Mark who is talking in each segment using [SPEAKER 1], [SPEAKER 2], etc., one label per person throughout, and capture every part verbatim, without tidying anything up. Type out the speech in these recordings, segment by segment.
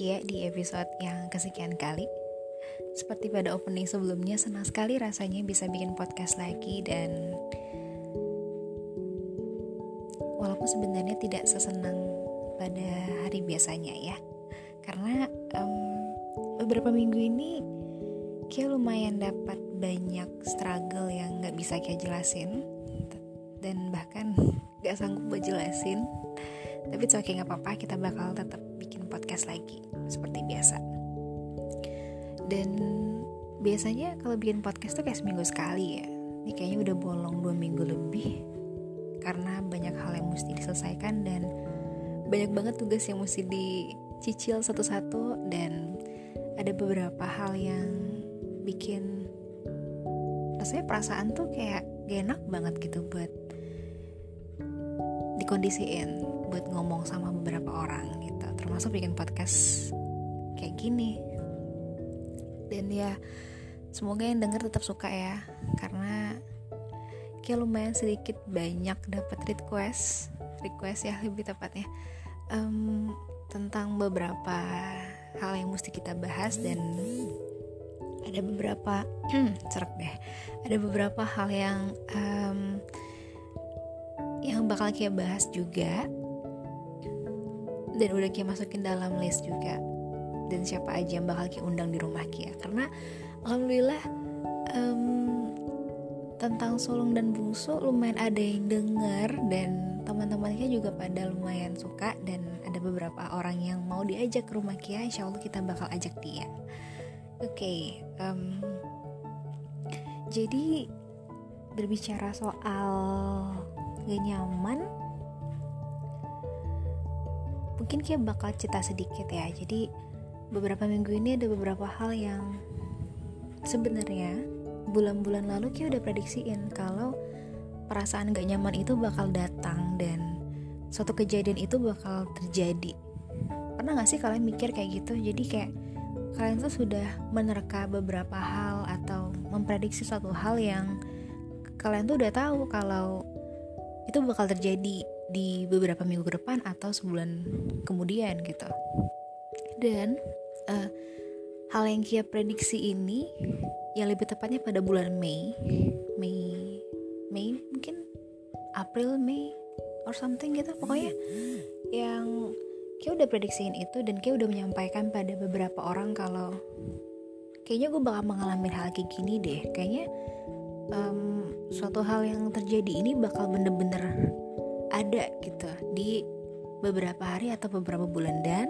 [SPEAKER 1] Kia di episode yang kesekian kali. Seperti pada opening sebelumnya, senang sekali rasanya bisa bikin podcast lagi. Dan walaupun sebenarnya tidak sesenang pada hari biasanya ya, karena um, beberapa minggu ini Kia lumayan dapat banyak struggle yang gak bisa Kia jelasin, dan bahkan gak sanggup buat jelasin. Tapi it's okay, gak apa-apa, kita bakal tetap bikin podcast lagi seperti biasa. Dan biasanya kalau bikin podcast tuh kayak seminggu sekali ya. Ini kayaknya udah bolong dua minggu lebih, karena banyak hal yang mesti diselesaikan dan banyak banget tugas yang mesti dicicil satu-satu. Dan ada beberapa hal yang bikin rasanya perasaan tuh kayak gak enak banget gitu buat dikondisiin, buat ngomong sama beberapa orang gitu, termasuk bikin podcast kayak gini. Dan ya semoga yang denger tetap suka ya, karena kayak lumayan sedikit banyak dapat request request ya lebih tepatnya um, tentang beberapa hal yang mesti kita bahas. Dan ada beberapa cerek deh ada beberapa hal yang um, yang bakal Kia bahas juga, dan udah Kia masukin dalam list juga, dan siapa aja yang bakal Kia undang di rumah Kia. Karena alhamdulillah um, tentang sulung dan bungsu lumayan ada yang denger, dan teman-teman Kia juga pada lumayan suka, dan ada beberapa orang yang mau diajak ke rumah Kia. Insya Allah kita bakal ajak dia. Oke, okay, um, jadi berbicara soal gak nyaman, mungkin Kia bakal cerita sedikit ya. Jadi beberapa minggu ini ada beberapa hal yang sebenarnya bulan-bulan lalu Kia udah prediksiin kalau perasaan gak nyaman itu bakal datang dan suatu kejadian itu bakal terjadi. Pernah gak sih kalian mikir kayak gitu? Jadi kayak kalian tuh sudah menerka beberapa hal atau memprediksi suatu hal yang kalian tuh udah tahu kalau itu bakal terjadi di beberapa minggu ke depan atau sebulan kemudian gitu. Dan uh, hal yang Kia prediksi ini, yang lebih tepatnya pada bulan Mei Mei Mei mungkin April Mei or something gitu, pokoknya yang Kia udah prediksiin itu. Dan Kia udah menyampaikan pada beberapa orang kalau kayaknya gue bakal mengalami hal kayak gini deh. Kayaknya um, suatu hal yang terjadi ini bakal bener-bener ada gitu di beberapa hari atau beberapa bulan. Dan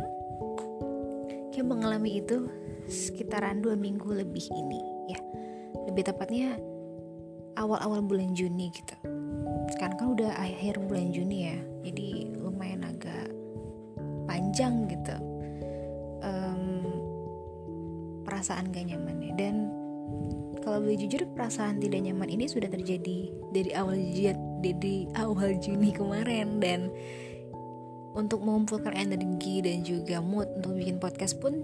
[SPEAKER 1] Kia mengalami itu sekitaran dua minggu lebih ini ya, lebih tepatnya awal-awal bulan Juni gitu. Sekarang kan udah akhir bulan Juni ya, jadi lumayan agak panjang gitu um, perasaan gak nyamannya. Dan kalau boleh jujur, perasaan tidak nyaman ini sudah terjadi dari awal dari awal Juni kemarin. Dan untuk mengumpulkan energi dan juga mood untuk bikin podcast pun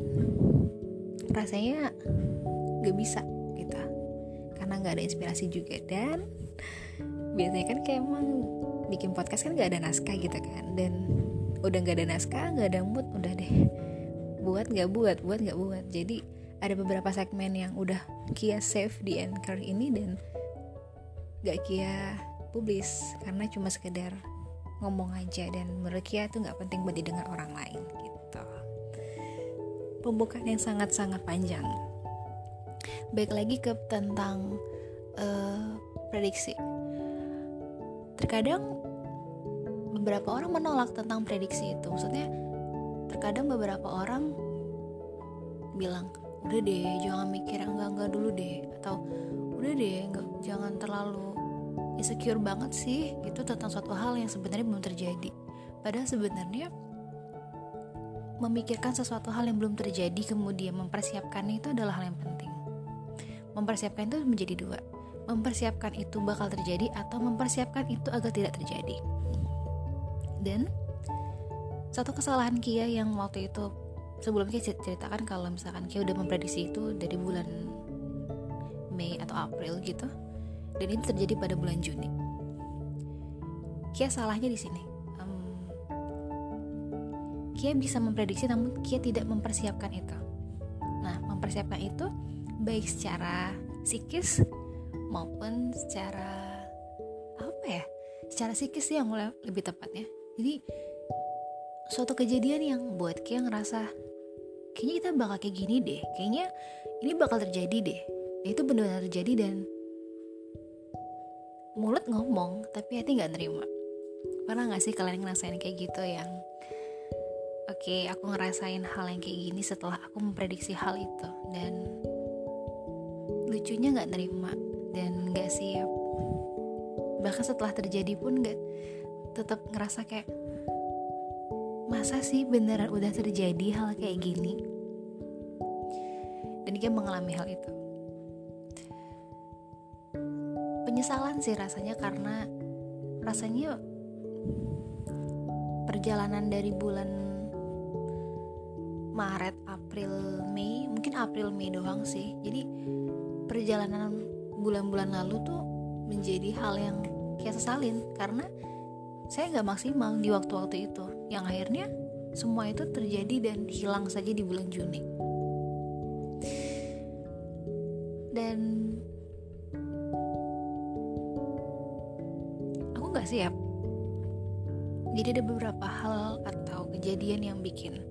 [SPEAKER 1] rasanya gak bisa gitu, karena gak ada inspirasi juga. Dan biasanya kan kayak emang bikin podcast kan gak ada naskah gitu kan, dan udah gak ada naskah, gak ada mood, udah deh buat gak buat, buat gak buat. Jadi ada beberapa segmen yang udah Kia save di Anchor ini dan gak Kia publis karena cuma sekedar ngomong aja, dan menurut Kia itu gak penting buat didengar orang lain gitu. Pembukaan yang sangat-sangat panjang. Baik lagi ke tentang uh, prediksi. Terkadang beberapa orang menolak tentang prediksi itu. Maksudnya terkadang beberapa orang bilang, udah deh jangan mikir yang enggak-enggak dulu deh, atau udah deh enggak, jangan terlalu insecure banget sih gitu tentang suatu hal yang sebenarnya belum terjadi. Padahal sebenarnya memikirkan sesuatu hal yang belum terjadi kemudian mempersiapkannya itu adalah hal yang penting. Mempersiapkan itu menjadi dua, mempersiapkan itu bakal terjadi atau mempersiapkan itu agar tidak terjadi. Dan satu kesalahan Kia yang waktu itu sebelum Kia ceritakan kalau misalkan Kia udah memprediksi itu dari bulan Mei atau April gitu, dan ini terjadi pada bulan Juni. Kia salahnya di sini. Um, Kia bisa memprediksi namun Kia tidak mempersiapkan itu. Nah, mempersiapkan itu baik secara psikis maupun secara apa ya? Secara psikis sih yang lebih tepatnya. Jadi suatu kejadian yang buat Kia ngerasa kayaknya kita bakal kayak gini deh, kayaknya ini bakal terjadi deh. Dan itu benar-benar terjadi dan mulut ngomong tapi hati nggak nerima. Pernah nggak sih kalian ngerasain kayak gitu yang oke, okay, aku ngerasain hal yang kayak gini setelah aku memprediksi hal itu dan lucunya nggak nerima dan nggak siap. Bahkan setelah terjadi pun nggak, tetap ngerasa kayak masa sih beneran udah terjadi hal kayak gini. Dan dia mengalami hal itu. Penyesalan sih rasanya karena rasanya perjalanan dari bulan Maret, April, Mei, mungkin April, Mei doang sih. Jadi perjalanan bulan-bulan lalu tuh menjadi hal yang kayak sesalin karena saya nggak maksimal di waktu-waktu itu. Yang akhirnya semua itu terjadi dan hilang saja di bulan Juni. Dan aku nggak siap. Jadi ada beberapa hal atau kejadian yang bikin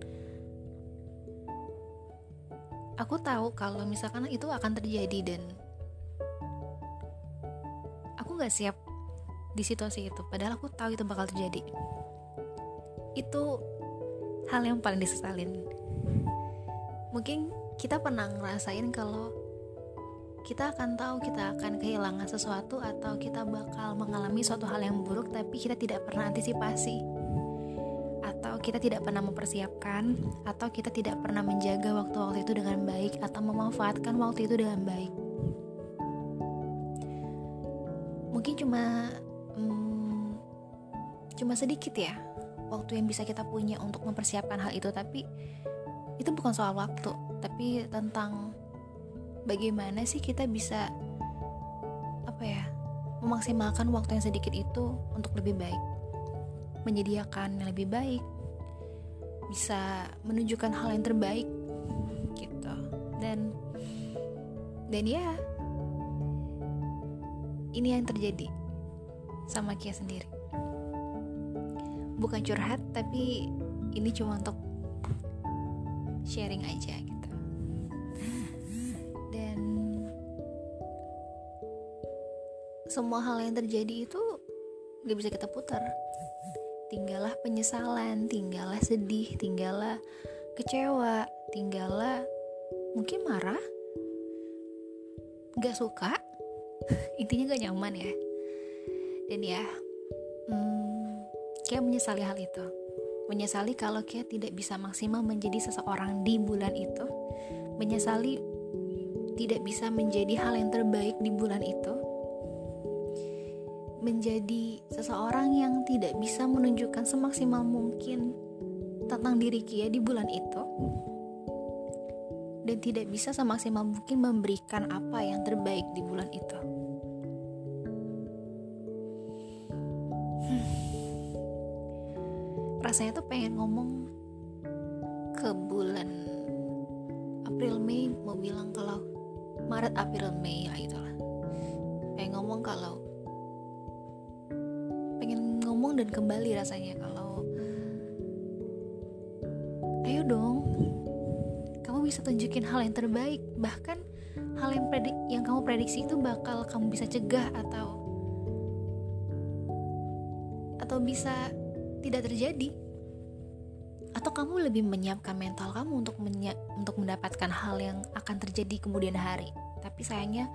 [SPEAKER 1] aku tahu kalau misalkan itu akan terjadi dan aku gak siap di situasi itu. Padahal aku tahu itu bakal terjadi. Itu hal yang paling disesalin. Mungkin kita pernah ngerasain kalau kita akan tahu kita akan kehilangan sesuatu atau kita bakal mengalami suatu hal yang buruk tapi kita tidak pernah antisipasi. Atau kita tidak pernah mempersiapkan, atau kita tidak pernah menjaga waktu-waktu itu dengan baik, atau memanfaatkan waktu itu dengan baik. Mungkin cuma hmm, cuma sedikit ya waktu yang bisa kita punya untuk mempersiapkan hal itu, tapi itu bukan soal waktu, tapi tentang bagaimana sih kita bisa apa ya memaksimalkan waktu yang sedikit itu untuk lebih baik, menyediakan yang lebih baik, bisa menunjukkan hal yang terbaik gitu. Dan dan ya ini yang terjadi sama Kia sendiri. Bukan curhat tapi ini cuma untuk sharing aja gitu. Dan semua hal yang terjadi itu gak bisa kita putar. Tinggallah penyesalan, tinggallah sedih, tinggallah kecewa, tinggallah mungkin marah, gak suka, intinya gak nyaman ya. Dan ya hmm, kayak menyesali hal itu, menyesali kalau kayak tidak bisa maksimal menjadi seseorang di bulan itu, menyesali tidak bisa menjadi hal yang terbaik di bulan itu, menjadi seseorang yang tidak bisa menunjukkan semaksimal mungkin tentang diri Kia di bulan itu, dan tidak bisa semaksimal mungkin memberikan apa yang terbaik di bulan itu. hmm. Rasanya tuh pengen ngomong ke bulan April Mei, mau bilang kalau Maret April Mei lah itulah, pengen ngomong kalau ngomong dan kembali rasanya kalau ayo dong, kamu bisa tunjukin hal yang terbaik, bahkan hal yang predik yang kamu prediksi itu bakal kamu bisa cegah atau atau bisa tidak terjadi, atau kamu lebih menyiapkan mental kamu untuk menyiap, untuk mendapatkan hal yang akan terjadi kemudian hari. Tapi sayangnya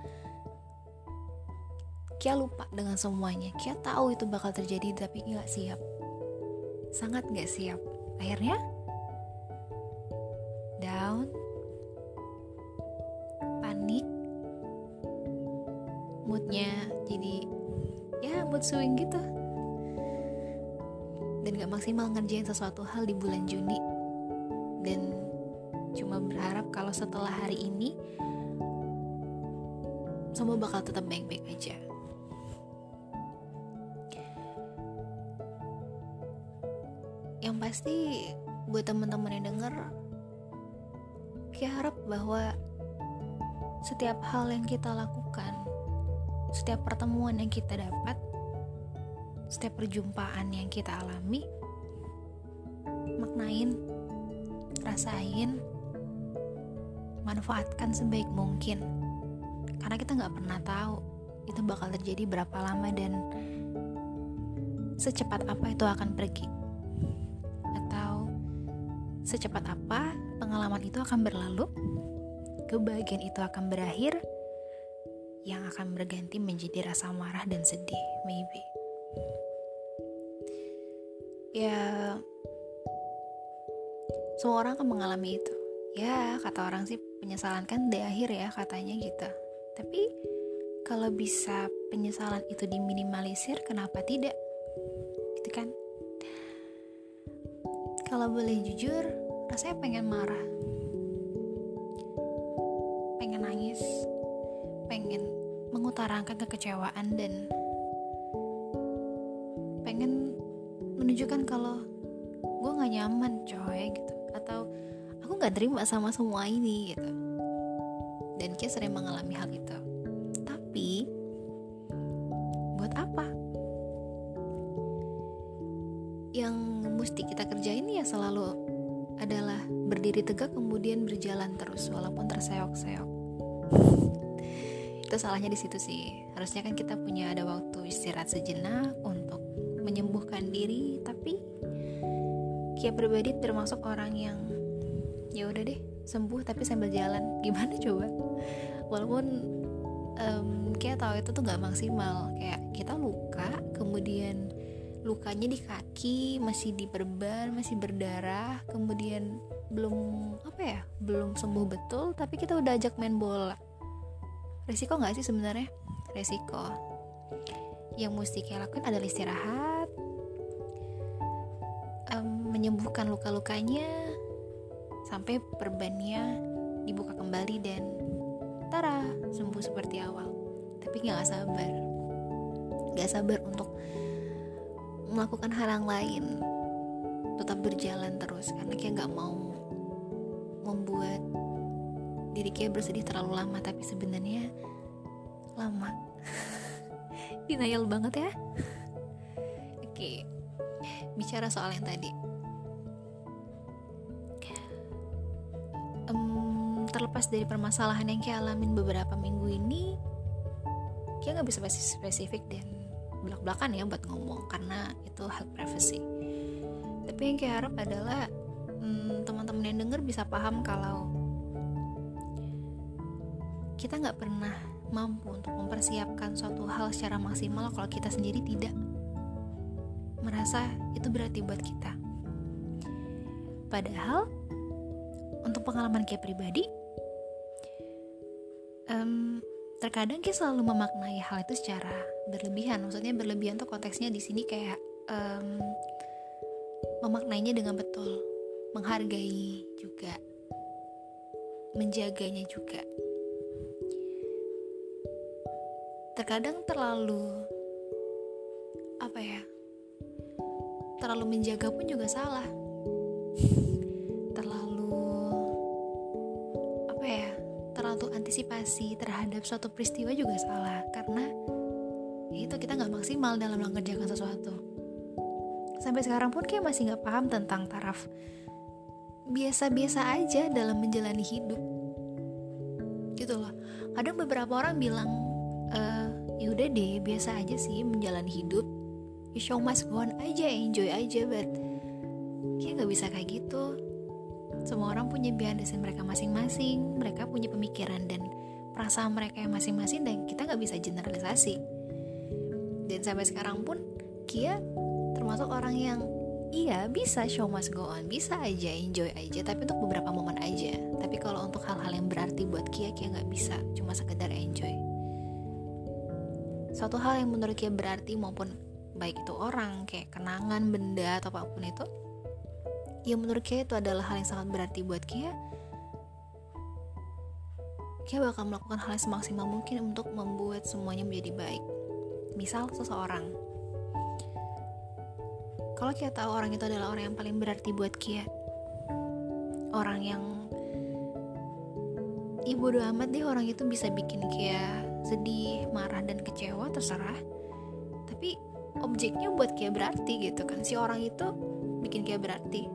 [SPEAKER 1] Kia lupa dengan semuanya. Kia tahu itu bakal terjadi tapi gak siap, sangat gak siap. Akhirnya down, panik, moodnya jadi ya mood swing gitu, dan gak maksimal ngerjain sesuatu hal di bulan Juni. Dan cuma berharap kalau setelah hari ini semua bakal tetap baik-baik aja. Yang pasti buat teman-teman yang denger, Kia harap bahwa setiap hal yang kita lakukan, setiap pertemuan yang kita dapat, setiap perjumpaan yang kita alami, maknain, rasain, manfaatkan sebaik mungkin. Karena kita gak pernah tahu itu bakal terjadi berapa lama dan secepat apa itu akan pergi, atau secepat apa pengalaman itu akan berlalu, kebahagiaan itu akan berakhir, yang akan berganti menjadi rasa marah dan sedih, maybe. Ya, semua orang akan mengalami itu. Ya, kata orang sih penyesalan kan di akhir ya, katanya gitu. Tapi kalau bisa penyesalan itu diminimalisir, kenapa tidak? Gitu kan? Kalau boleh jujur, rasanya pengen marah, pengen nangis, pengen mengutarakan kekecewaan, dan pengen menunjukkan kalau gue gak nyaman coy gitu, atau aku gak terima sama semua ini gitu. Dan Kia sering mengalami hal itu. Tapi buat apa? Yang mesti kita kerjain ya selalu adalah berdiri tegak kemudian berjalan terus walaupun terseok-seok. Itu salahnya di situ sih. Harusnya kan kita punya ada waktu istirahat sejenak untuk menyembuhkan diri, tapi Kia pribadi termasuk orang yang ya udah deh sembuh tapi sambil jalan. Gimana coba? Walaupun um, Kia tahu itu tuh gak maksimal. Kayak kita luka, kemudian lukanya di kaki masih diperban, masih berdarah, kemudian belum apa ya, belum sembuh betul, tapi kita udah ajak main bola. Resiko nggak sih sebenarnya? Resiko. Yang mesti Kia lakuin adalah istirahat, um, menyembuhkan luka-lukanya sampai perbannya dibuka kembali dan tara, sembuh seperti awal. Tapi nggak sabar, nggak sabar untuk melakukan hal yang lain, tetap berjalan terus karena Kia nggak mau membuat diri Kia bersedih terlalu lama, tapi sebenarnya lama. Denial banget ya. Oke, bicara soal yang tadi, um, terlepas dari permasalahan yang Kia alamin beberapa minggu ini, Kia nggak bisa spesifik dan belak-belakan ya buat ngomong karena itu hak privasi. Tapi yang Kia harap adalah hmm, teman-teman yang denger bisa paham kalau kita nggak pernah mampu untuk mempersiapkan suatu hal secara maksimal kalau kita sendiri tidak merasa itu berarti buat kita. Padahal untuk pengalaman Kia pribadi, um, terkadang Kia selalu memaknai hal itu secara berlebihan. Maksudnya berlebihan tuh konteksnya di sini kayak um, memaknainya dengan betul, menghargai juga, menjaganya juga. Terkadang terlalu apa ya? Terlalu menjaga pun juga salah. Terlalu apa ya? Terlalu antisipasi terhadap suatu peristiwa juga salah, karena itu kita nggak maksimal dalam mengerjakan sesuatu. Sampai sekarang pun kayak masih nggak paham tentang taraf biasa-biasa aja dalam menjalani hidup, gitu loh. Kadang beberapa orang bilang, e, ya udah deh biasa aja sih menjalani hidup, you show must go on aja, enjoy aja, but kayak nggak bisa kayak gitu. Semua orang punya behind the scene mereka masing-masing, mereka punya pemikiran dan perasaan mereka yang masing-masing, dan kita nggak bisa generalisasi. Dan sampai sekarang pun Kia termasuk orang yang iya bisa show must go on, bisa aja enjoy aja, tapi untuk beberapa momen aja. Tapi kalau untuk hal-hal yang berarti buat Kia, Kia nggak bisa cuma sekedar enjoy. Suatu hal yang menurut Kia berarti, maupun baik itu orang, kayak kenangan, benda, atau apapun itu, yang menurut Kia itu adalah hal yang sangat berarti buat Kia, Kia bakal melakukan hal yang semaksimal mungkin untuk membuat semuanya menjadi baik. Misal seseorang, kalau Kia tahu orang itu adalah orang yang paling berarti buat Kia, orang yang ya bodo amat deh, orang itu bisa bikin Kia sedih, marah, dan kecewa, terserah. Tapi objeknya buat Kia berarti gitu kan. Si orang itu bikin Kia berarti.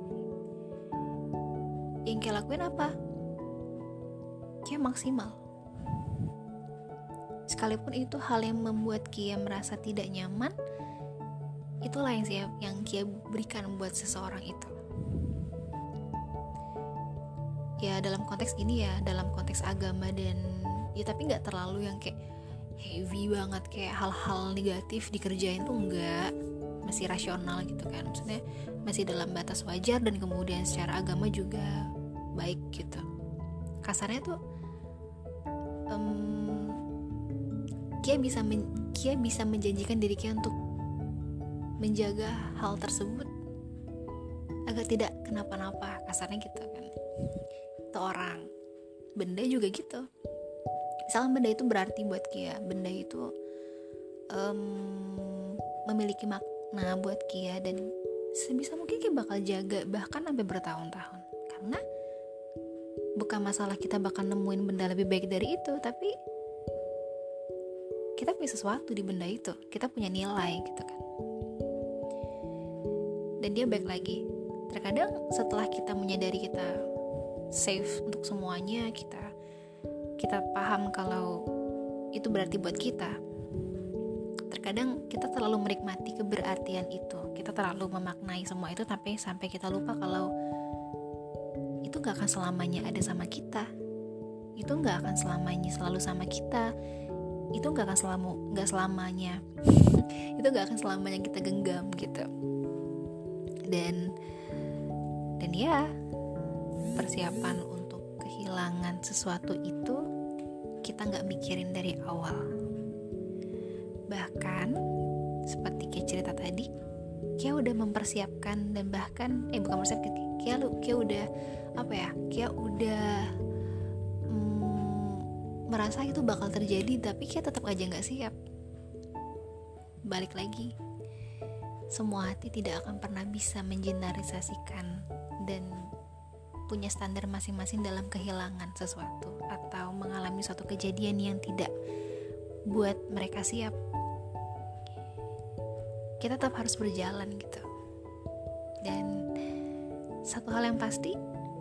[SPEAKER 1] Yang Kia lakuin apa? Kia maksimal. Sekalipun itu hal yang membuat Kia merasa tidak nyaman, itulah yang siap yang Kia berikan buat seseorang itu. Ya dalam konteks gini ya, dalam konteks agama dan ya tapi nggak terlalu yang kayak heavy banget, kayak hal-hal negatif dikerjain tuh enggak, masih rasional gitu kan, maksudnya masih dalam batas wajar dan kemudian secara agama juga baik gitu. Kasarnya tuh um, Kia bisa men- Kia bisa menjanjikan diri Kia untuk menjaga hal tersebut agar tidak kenapa-napa, kasarnya gitu kan. Itu orang, benda juga gitu. Misalnya benda itu berarti buat Kia, benda itu um, memiliki makna buat Kia, dan sebisa mungkin Kia bakal jaga bahkan sampai bertahun-tahun. Karena bukan masalah kita bakal nemuin benda lebih baik dari itu, tapi kita punya sesuatu di benda itu, kita punya nilai gitu kan. Dan dia baik lagi, terkadang setelah kita menyadari kita safe untuk semuanya, kita kita paham kalau itu berarti buat kita, terkadang kita terlalu menikmati keberartian itu, kita terlalu memaknai semua itu sampai sampai kita lupa kalau itu gak akan selamanya ada sama kita, itu gak akan selamanya selalu sama kita, itu gak akan selama gak selamanya itu gak akan selamanya kita genggam gitu. Dan dan ya persiapan untuk kehilangan sesuatu itu kita gak mikirin dari awal. Bahkan seperti kayak cerita tadi, Kia udah mempersiapkan dan bahkan eh bukan mempersiapkan, Kia lu Kia udah apa ya Kia udah mm, merasa itu bakal terjadi, tapi Kia tetap aja gak siap. Balik lagi, semua hati tidak akan pernah bisa mengeneralisasikan dan punya standar masing-masing dalam kehilangan sesuatu atau mengalami suatu kejadian yang tidak buat mereka siap. Kita tetap harus berjalan gitu. Dan satu hal yang pasti,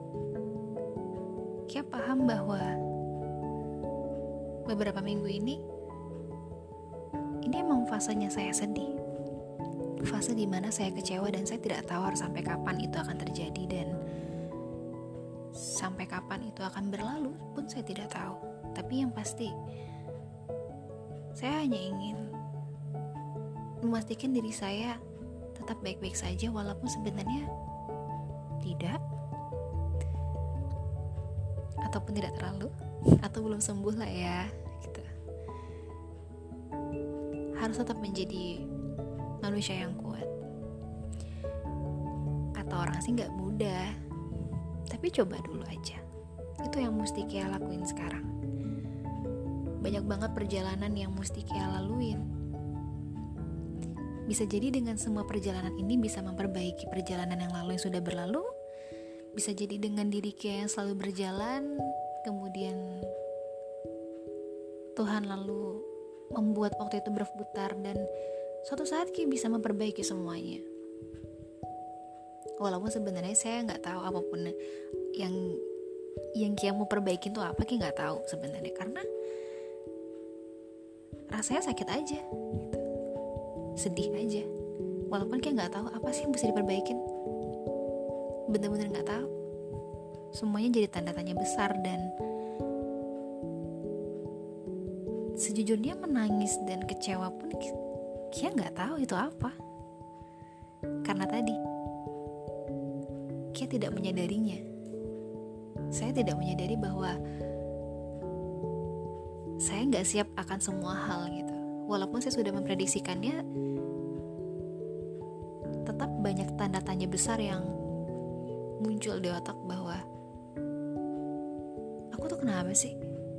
[SPEAKER 1] Kia paham bahwa beberapa minggu ini ini emang fasenya saya sedih, fase dimana saya kecewa dan saya tidak tahu harus sampai kapan itu akan terjadi, dan sampai kapan itu akan berlalu pun saya tidak tahu. Tapi yang pasti saya hanya ingin memastikan diri saya tetap baik-baik saja, walaupun sebenarnya tidak, ataupun tidak terlalu, atau belum sembuh lah ya gitu. Harus tetap menjadi manusia yang kuat. Kata orang sih gak mudah, tapi coba dulu aja. Itu yang mesti Kia lakuin sekarang. Banyak banget perjalanan yang mesti Kia laluin. Bisa jadi dengan semua perjalanan ini bisa memperbaiki perjalanan yang lalu yang sudah berlalu. Bisa jadi dengan diri Kia yang selalu berjalan, kemudian Tuhan lalu membuat waktu itu berputar dan suatu saat Kia bisa memperbaiki semuanya. Walaupun sebenarnya saya nggak tahu apapun yang yang Kia mau perbaikin tuh apa, Kia nggak tahu sebenarnya, karena rasanya sakit aja, gitu. Sedih aja. Walaupun Kia nggak tahu apa sih yang bisa diperbaikin, bener-bener nggak tahu. Semuanya jadi tanda tanya besar, dan sejujurnya menangis dan kecewa pun Kia nggak tahu itu apa, karena tadi Kia tidak menyadarinya. Saya tidak menyadari bahwa saya nggak siap akan semua hal gitu. Walaupun saya sudah memprediksikannya, tetap banyak tanda tanya besar yang muncul di otak bahwa aku tuh kenapa sih?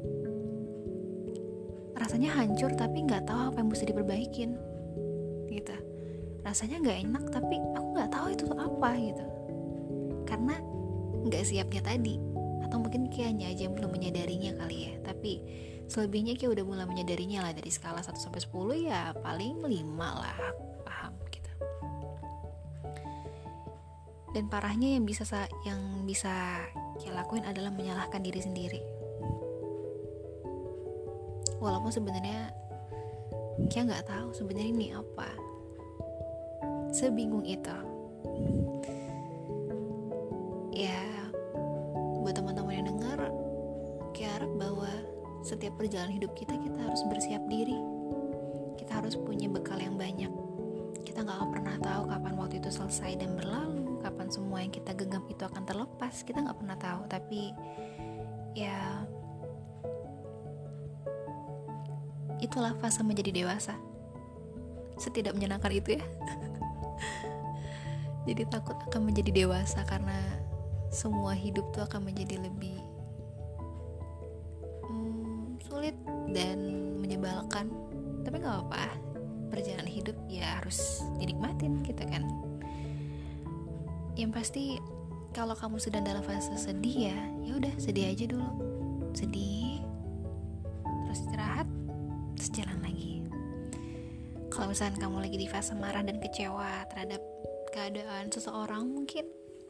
[SPEAKER 1] Rasanya hancur tapi nggak tahu apa yang mesti diperbaikin, gitu. Rasanya nggak enak tapi aku nggak tahu itu tuh apa gitu. Karena nggak siapnya tadi, atau mungkin kayaknya aja belum menyadarinya kali ya. Tapi selebihnya kayak udah mulai menyadarinya lah. Dari skala satu sampai sepuluh ya paling lima lah, paham gitu. Dan parahnya yang bisa yang bisa kayak lakuin adalah menyalahkan diri sendiri. Walaupun sebenarnya kayak nggak tahu sebenarnya ini apa, sebingung itu. Ya, buat teman-teman yang dengar, kayak harap bahwa setiap perjalanan hidup kita kita harus bersiap diri. Kita harus punya bekal yang banyak. Kita nggak akan pernah tahu kapan waktu itu selesai dan berlalu, kapan semua yang kita genggam itu akan terlepas. Kita nggak pernah tahu. Tapi ya, itulah fase menjadi dewasa. Setidak menyenangkan itu ya. Jadi takut akan menjadi dewasa karena semua hidup tuh akan menjadi lebih hmm, sulit dan menyebalkan. Tapi gak apa-apa, perjalanan hidup ya harus dinikmatin gitu kan. Yang pasti kalau kamu sedang dalam fase sedih ya, ya udah sedih aja dulu, sedih, terus istirahat, terus jalan lagi. Kalau misalnya kamu lagi di fase marah dan kecewa terhadap keadaan seseorang mungkin,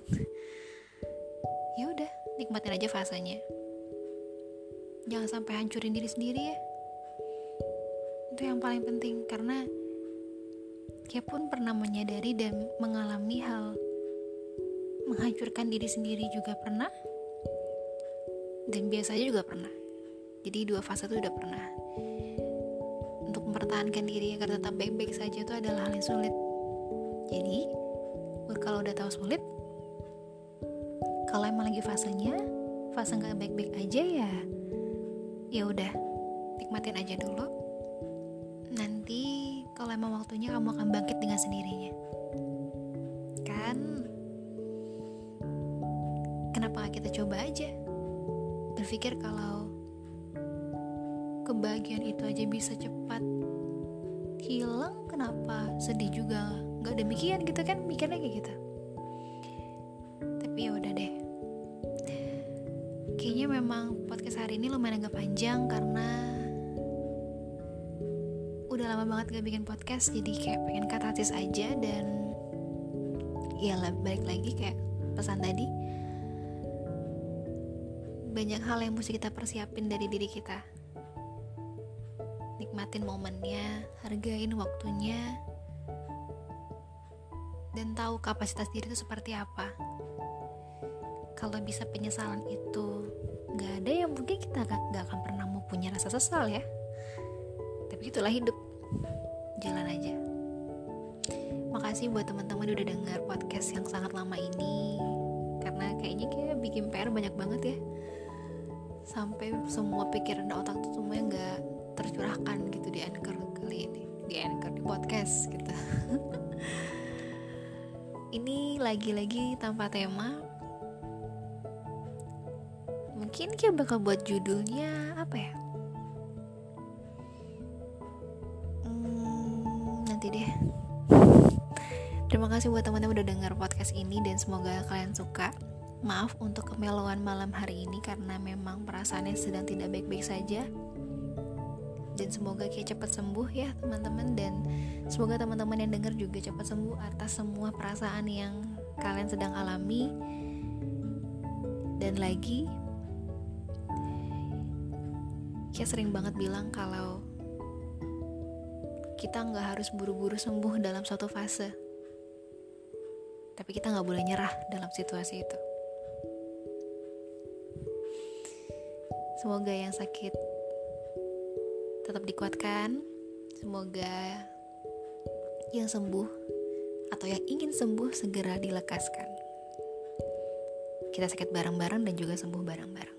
[SPEAKER 1] ya udah nikmatin aja fasenya. Jangan sampai hancurin diri sendiri ya. Itu yang paling penting, karena dia pun pernah menyadari dan mengalami hal menghancurkan diri sendiri juga pernah, dan biasanya juga pernah. Jadi dua fase itu udah pernah. Untuk mempertahankan diri agar tetap baik-baik saja itu adalah hal yang sulit. Jadi kalau udah tahu sulit, kalau emang lagi fasenya fase nggak baik-baik aja ya, ya udah nikmatin aja dulu. Nanti kalau emang waktunya kamu akan bangkit dengan sendirinya. Kan? Kenapa gak kita coba aja? Berpikir kalau kebahagiaan itu aja bisa cepat hilang, kenapa sedih juga nggak demikian gitu kan? Mikirnya kayak gitu. Tapi ya udah deh. Kayaknya memang podcast hari ini lumayan agak panjang karena udah lama banget gak bikin podcast, jadi kayak pengen katarsis aja. Dan ya lah, balik lagi kayak pesan tadi, banyak hal yang mesti kita persiapin dari diri kita. Nikmatin momennya, hargain waktunya, dan tahu kapasitas diri itu seperti apa. Kalau bisa penyesalan itu gak ada, ya mungkin kita gak, gak akan pernah mau punya rasa sesal ya. Tapi itulah hidup, jalan aja. Makasih buat teman-teman udah dengar podcast yang sangat lama ini, karena kayaknya kayak bikin P R banyak banget ya. Sampai semua pikiran dan otak tuh semuanya gak tercurahkan gitu di Anchor kali ini, di Anchor, di podcast gitu. Ini lagi-lagi tanpa tema. Mungkin kayak bakal buat judulnya apa ya? Hmm, nanti deh. Terima kasih buat teman-teman udah dengar podcast ini dan semoga kalian suka. Maaf untuk kemelowan malam hari ini karena memang perasaannya sedang tidak baik-baik saja. Dan semoga kayak cepat sembuh ya teman-teman, dan semoga teman-teman yang dengar juga cepat sembuh atas semua perasaan yang kalian sedang alami. Dan lagi, kayak sering banget bilang kalau kita gak harus buru-buru sembuh dalam suatu fase, tapi kita gak boleh nyerah dalam situasi itu. Semoga yang sakit tetap dikuatkan. Semoga yang sembuh atau yang ingin sembuh segera dilekaskan. Kita sakit bareng-bareng dan juga sembuh bareng-bareng.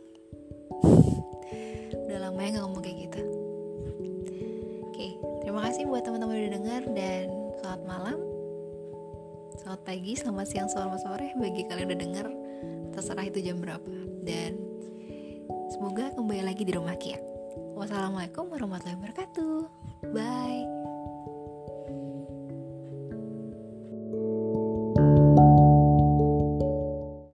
[SPEAKER 1] Udah lama ya gak ngomong kayak gitu. Oke, terima kasih buat teman-teman udah dengar, dan selamat malam, selamat pagi, selamat siang, selamat sore bagi kalian udah dengar. Terserah itu jam berapa. Dan semoga kembali lagi di rumah Kia. Wassalamualaikum warahmatullahi wabarakatuh. Bye.